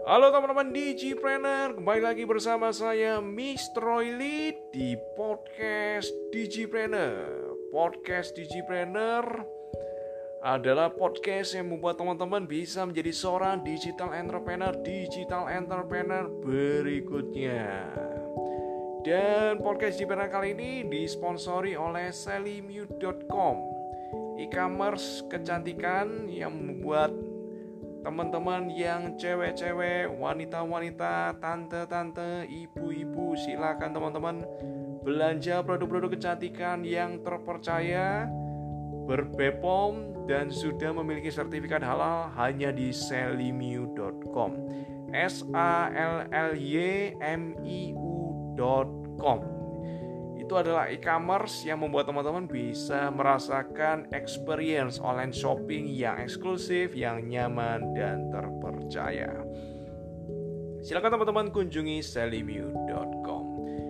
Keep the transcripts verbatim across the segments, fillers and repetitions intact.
Halo teman-teman Digipreneur, kembali lagi bersama saya mister Royli di podcast Digipreneur. Podcast Digipreneur adalah podcast yang membuat teman-teman bisa menjadi seorang digital entrepreneur, digital entrepreneur berikutnya. Dan podcast Digipreneur kali ini disponsori oleh selimiu dot com, e-commerce kecantikan yang membuat teman-teman yang cewek-cewek, wanita-wanita, tante-tante, ibu-ibu, silakan teman-teman belanja produk-produk kecantikan yang terpercaya, berbepom dan sudah memiliki sertifikat halal hanya di selimiu dot com. S A L L Y M I U dot com. Itu adalah e-commerce yang membuat teman-teman bisa merasakan experience online shopping yang eksklusif, yang nyaman dan terpercaya. Silakan teman-teman kunjungi selimiu dot com.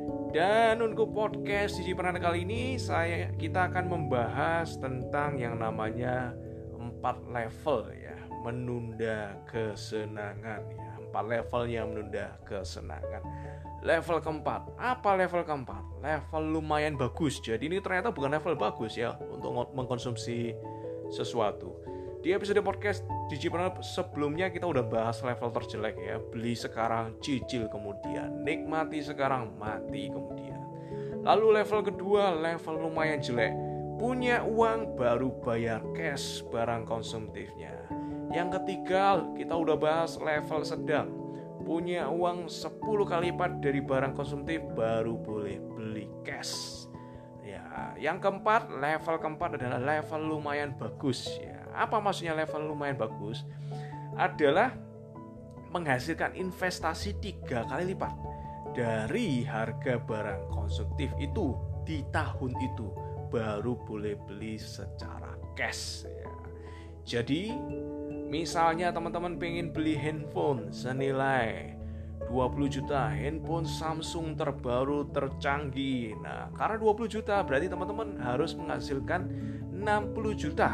Dan untuk podcast Digipreneur kali ini saya kita akan membahas tentang yang namanya empat level ya, menunda kesenangan ya. Empat level yang menunda kesenangan. Level keempat, apa level keempat? Level lumayan bagus. Jadi ini ternyata bukan level bagus ya untuk mengkonsumsi sesuatu. Di episode podcast Digipreneur sebelumnya kita udah bahas level terjelek ya. Beli sekarang, cicil kemudian. Nikmati sekarang, mati kemudian. Lalu level kedua, level lumayan jelek. Punya uang baru bayar cash barang konsumtifnya. Yang ketiga, kita udah bahas level sedang. Punya uang sepuluh kali lipat dari barang konsumtif baru boleh beli cash. Ya, yang keempat, level keempat adalah level lumayan bagus ya. Apa maksudnya level lumayan bagus? Adalah menghasilkan investasi tiga kali lipat dari harga barang konsumtif itu di tahun itu baru boleh beli secara cash ya. Jadi misalnya teman-teman pengen beli handphone senilai dua puluh juta, handphone Samsung terbaru tercanggih. Nah, karena dua puluh juta berarti teman-teman harus menghasilkan enam puluh juta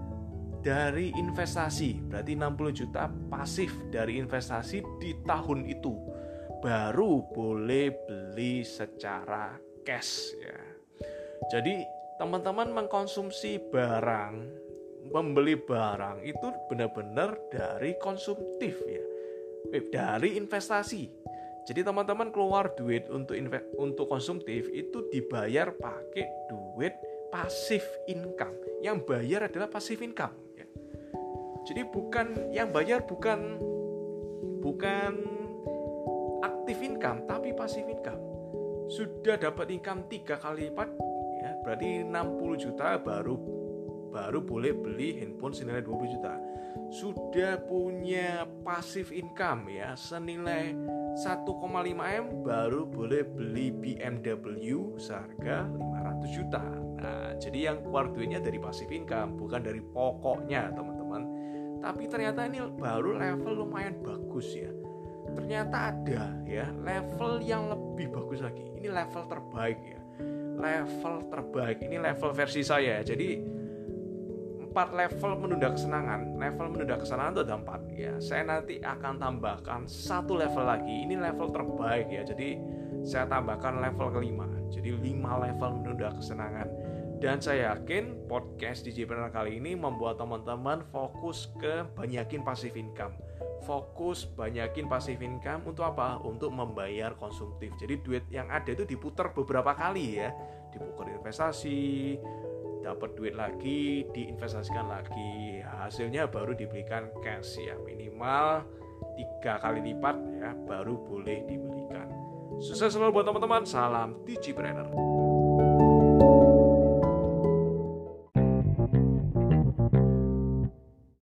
dari investasi. Berarti enam puluh juta pasif dari investasi di tahun itu baru boleh beli secara cash ya. Jadi teman-teman mengkonsumsi barang, membeli barang itu benar-benar dari konsumtif ya, dari investasi. Jadi teman-teman keluar duit untuk inve- untuk konsumtif itu dibayar pakai duit pasif income. Yang bayar adalah pasif income ya. Jadi bukan yang bayar bukan bukan aktif income tapi pasif income. Sudah dapat income tiga kali lipat ya, berarti enam puluh juta baru baru boleh beli handphone senilai dua puluh juta. Sudah punya passive income ya senilai satu koma lima M baru boleh beli B M W seharga lima ratus juta. Nah, jadi yang keluar duitnya dari passive income, bukan dari pokoknya, teman-teman. Tapi ternyata ini baru level lumayan bagus ya. Ternyata ada ya level yang lebih bagus lagi. Ini level terbaik ya. Level terbaik. Ini level versi saya. Jadi empat level menunda kesenangan. Level menunda kesenangan itu ada empat ya. Saya nanti akan tambahkan satu level lagi. Ini level terbaik ya. Jadi saya tambahkan level kelima. Jadi lima level menunda kesenangan. Dan saya yakin podcast Digipreneur kali ini membuat teman-teman fokus ke banyakin passive income. Fokus banyakin passive income untuk apa? Untuk membayar konsumtif. Jadi duit yang ada itu diputar beberapa kali ya. Diputar investasi, dapat duit lagi, diinvestasikan lagi, hasilnya baru dibelikan cash ya, minimal tiga kali lipat ya, baru boleh dibelikan. Sukses selalu buat teman-teman, salam Digipreneur.